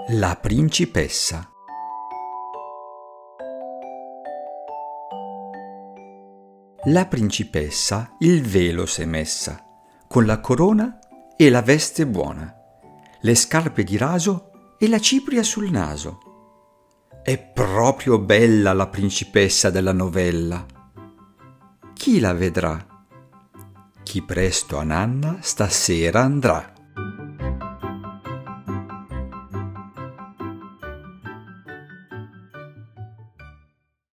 La principessa. La principessa il velo s'è messa, con la corona e la veste buona, le scarpe di raso e la cipria sul naso. È proprio bella la principessa della novella. Chi la vedrà? Chi presto a nanna stasera andrà.